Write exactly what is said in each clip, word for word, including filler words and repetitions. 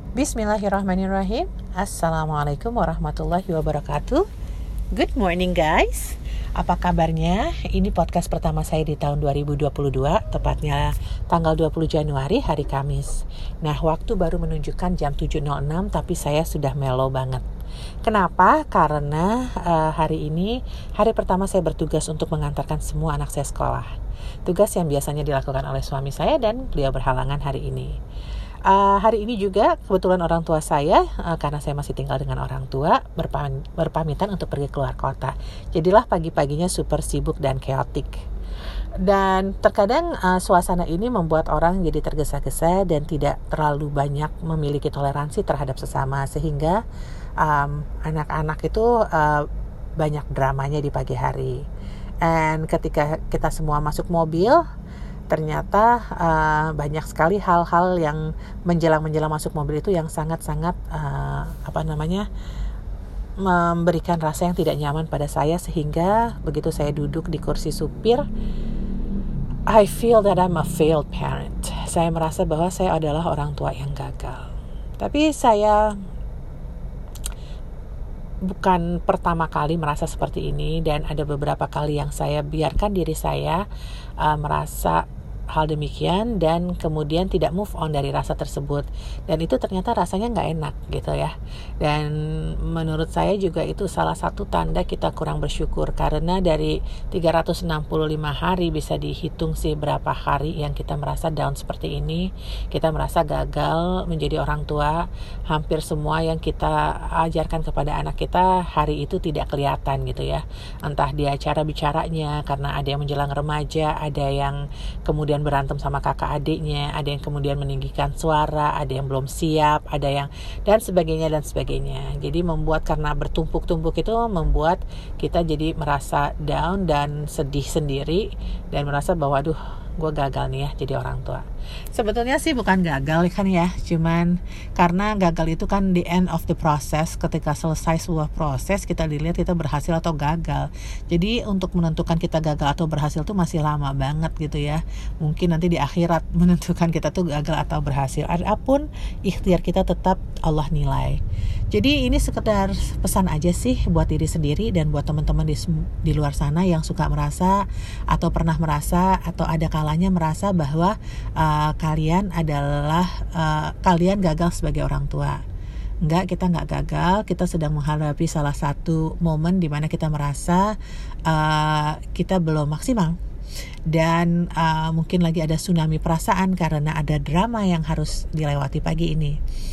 Bismillahirrahmanirrahim. Assalamualaikum warahmatullahi wabarakatuh. Good morning guys. Apa kabarnya? Ini podcast pertama saya di tahun dua ribu dua puluh dua, tepatnya tanggal dua puluh Januari, hari Kamis. Nah, waktu baru menunjukkan jam tujuh nol enam, tapi saya sudah mellow banget. Kenapa? Karena uh, hari ini hari pertama saya bertugas untuk mengantarkan semua anak saya sekolah. Tugas yang biasanya dilakukan oleh suami saya dan beliau berhalangan hari ini. Uh, hari ini juga kebetulan orang tua saya, uh, karena saya masih tinggal dengan orang tua, berpam- berpamitan untuk pergi keluar kota. Jadilah pagi-paginya super sibuk dan keotik. Dan terkadang uh, suasana ini membuat orang jadi tergesa-gesa dan tidak terlalu banyak memiliki toleransi terhadap sesama, sehingga um, anak-anak itu uh, banyak dramanya di pagi hari. Dan ketika kita semua masuk mobil, ternyata uh, banyak sekali hal-hal yang menjelang-menjelang masuk mobil itu yang sangat-sangat uh, apa namanya memberikan rasa yang tidak nyaman pada saya, sehingga begitu saya duduk di kursi supir, I feel that I'm a failed parent. Saya merasa bahwa saya adalah orang tua yang gagal. Tapi saya bukan pertama kali merasa seperti ini, dan ada beberapa kali yang saya biarkan diri saya uh, merasa hal demikian dan kemudian tidak move on dari rasa tersebut, dan itu ternyata rasanya nggak enak gitu ya. Dan menurut saya juga itu salah satu tanda kita kurang bersyukur, karena dari tiga ratus enam puluh lima hari bisa dihitung sih berapa hari yang kita merasa down seperti ini, kita merasa gagal menjadi orang tua. Hampir semua yang kita ajarkan kepada anak kita hari itu tidak kelihatan gitu ya, entah dia cara bicaranya karena ada yang menjelang remaja, ada yang kemudian berantem sama kakak adiknya, ada yang kemudian meninggikan suara, ada yang belum siap, ada yang dan sebagainya dan sebagainya. Jadi membuat, karena bertumpuk-tumpuk itu membuat kita jadi merasa down dan sedih sendiri, dan merasa bahwa aduh, gue gagal nih ya jadi orang tua. Sebetulnya sih bukan gagal kan ya, cuman karena gagal itu kan the end of the process. Ketika selesai sebuah proses, kita dilihat kita berhasil atau gagal. Jadi untuk menentukan kita gagal atau berhasil tuh masih lama banget gitu ya. Mungkin nanti di akhirat menentukan kita tuh gagal atau berhasil. Adapun ikhtiar kita tetap Allah nilai. Jadi ini sekedar pesan aja sih buat diri sendiri dan buat teman-teman di, di luar sana yang suka merasa atau pernah merasa atau ada kalanya merasa bahwa uh, kalian adalah uh, kalian gagal sebagai orang tua. Enggak, kita enggak gagal, kita sedang menghadapi salah satu momen di mana kita merasa uh, kita belum maksimal. Dan uh, mungkin lagi ada tsunami perasaan karena ada drama yang harus dilewati pagi ini.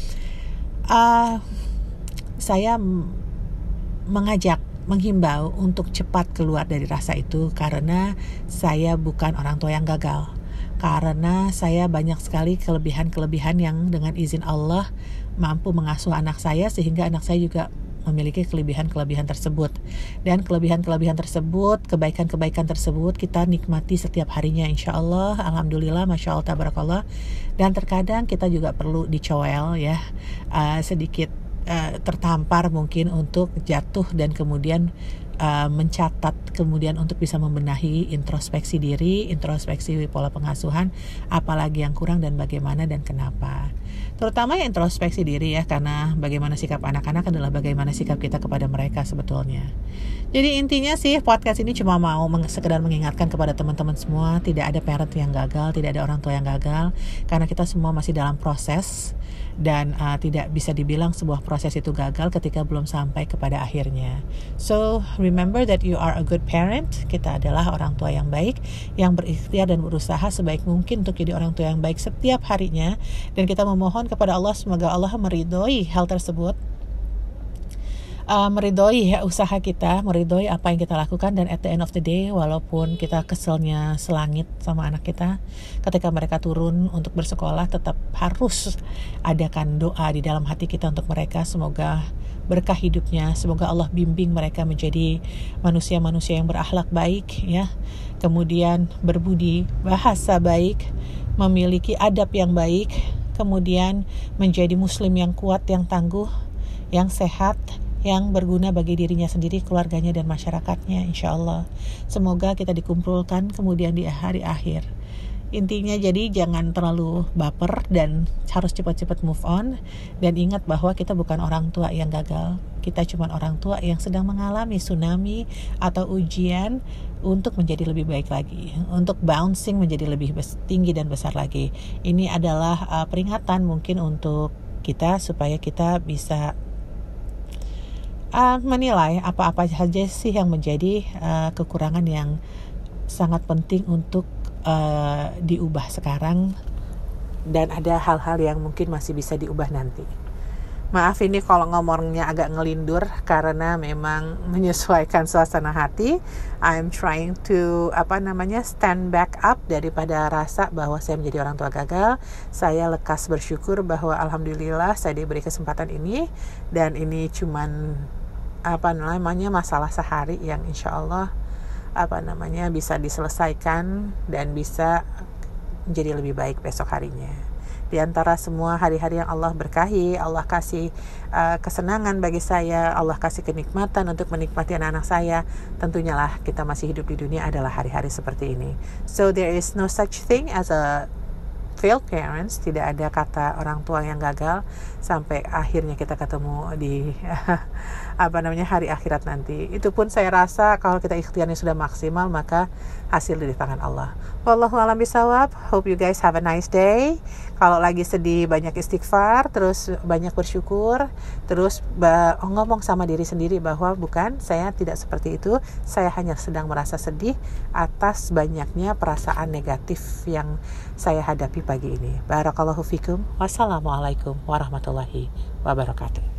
Uh, saya mengajak, menghimbau untuk cepat keluar dari rasa itu, karena saya bukan orang tua yang gagal. Karena saya banyak sekali kelebihan-kelebihan yang dengan izin Allah mampu mengasuh anak saya, sehingga anak saya juga memiliki kelebihan-kelebihan tersebut. Dan kelebihan-kelebihan tersebut, kebaikan-kebaikan tersebut kita nikmati setiap harinya, insya Allah. Alhamdulillah, Masya Allah, Tabarakallah. Dan terkadang kita juga perlu dicowel ya, uh, sedikit uh, tertampar mungkin untuk jatuh dan kemudian Uh, mencatat, kemudian untuk bisa membenahi introspeksi diri, introspeksi pola pengasuhan, apalagi yang kurang dan bagaimana dan kenapa. Terutama ya introspeksi diri ya, karena bagaimana sikap anak-anak adalah bagaimana sikap kita kepada mereka sebetulnya. Jadi intinya sih podcast ini cuma mau meng- sekedar mengingatkan kepada teman-teman semua, tidak ada parent yang gagal, tidak ada orang tua yang gagal, karena kita semua masih dalam proses. Dan uh, tidak bisa dibilang sebuah proses itu gagal ketika belum sampai kepada akhirnya. So remember that you are a good parent. Kita adalah orang tua yang baik, yang berikhtiar dan berusaha sebaik mungkin untuk jadi orang tua yang baik setiap harinya. Dan kita memohon kepada Allah semoga Allah meridhoi hal tersebut, Uh, meridhoi ya usaha kita, meridhoi apa yang kita lakukan. Dan at the end of the day, walaupun kita keselnya selangit sama anak kita, ketika mereka turun untuk bersekolah, tetap harus adakan doa di dalam hati kita untuk mereka. Semoga berkah hidupnya, semoga Allah bimbing mereka menjadi manusia-manusia yang berakhlak baik ya, kemudian berbudi bahasa baik, memiliki adab yang baik, kemudian menjadi muslim yang kuat, yang tangguh, yang sehat, yang berguna bagi dirinya sendiri, keluarganya, dan masyarakatnya, insya Allah. Semoga kita dikumpulkan kemudian di hari akhir Intinya jadi jangan terlalu baper dan harus cepat-cepat move on. Dan ingat bahwa kita bukan orang tua yang gagal. Kita cuma orang tua yang sedang mengalami tsunami atau ujian untuk menjadi lebih baik lagi, untuk bouncing menjadi lebih bes- tinggi dan besar lagi. Ini adalah uh, peringatan mungkin untuk kita supaya kita bisa uh, menilai apa-apa saja sih yang menjadi uh, kekurangan yang sangat penting untuk Uh, diubah sekarang, dan ada hal-hal yang mungkin masih bisa diubah nanti. Maaf ini kalau ngomongnya agak ngelindur karena memang menyesuaikan suasana hati. I'm trying to apa namanya stand back up daripada rasa bahwa saya menjadi orang tua gagal. Saya lekas bersyukur bahwa alhamdulillah saya diberi kesempatan ini, dan ini cuman apa namanya masalah sehari yang insya Allah apa namanya bisa diselesaikan dan bisa menjadi lebih baik besok harinya. Di antara semua hari-hari yang Allah berkahi, Allah kasih uh, kesenangan bagi saya, Allah kasih kenikmatan untuk menikmati anak-anak saya, tentunya lah kita masih hidup di dunia adalah hari-hari seperti ini. So there is no such thing as a failed parents, tidak ada kata orang tua yang gagal sampai akhirnya kita ketemu di apa namanya hari akhirat nanti. Itu pun saya rasa kalau kita ikhtiarnya sudah maksimal maka hasil di tangan Allah. Wallahu a'lam bishawab. Hope you guys have a nice day. Kalau lagi sedih banyak istighfar, terus banyak bersyukur, terus ba- ngomong sama diri sendiri bahwa bukan, saya tidak seperti itu. Saya hanya sedang merasa sedih atas banyaknya perasaan negatif yang saya hadapi pagi ini. Barakallahu fikum. Wassalamualaikum warahmatullahi wabarakatuh.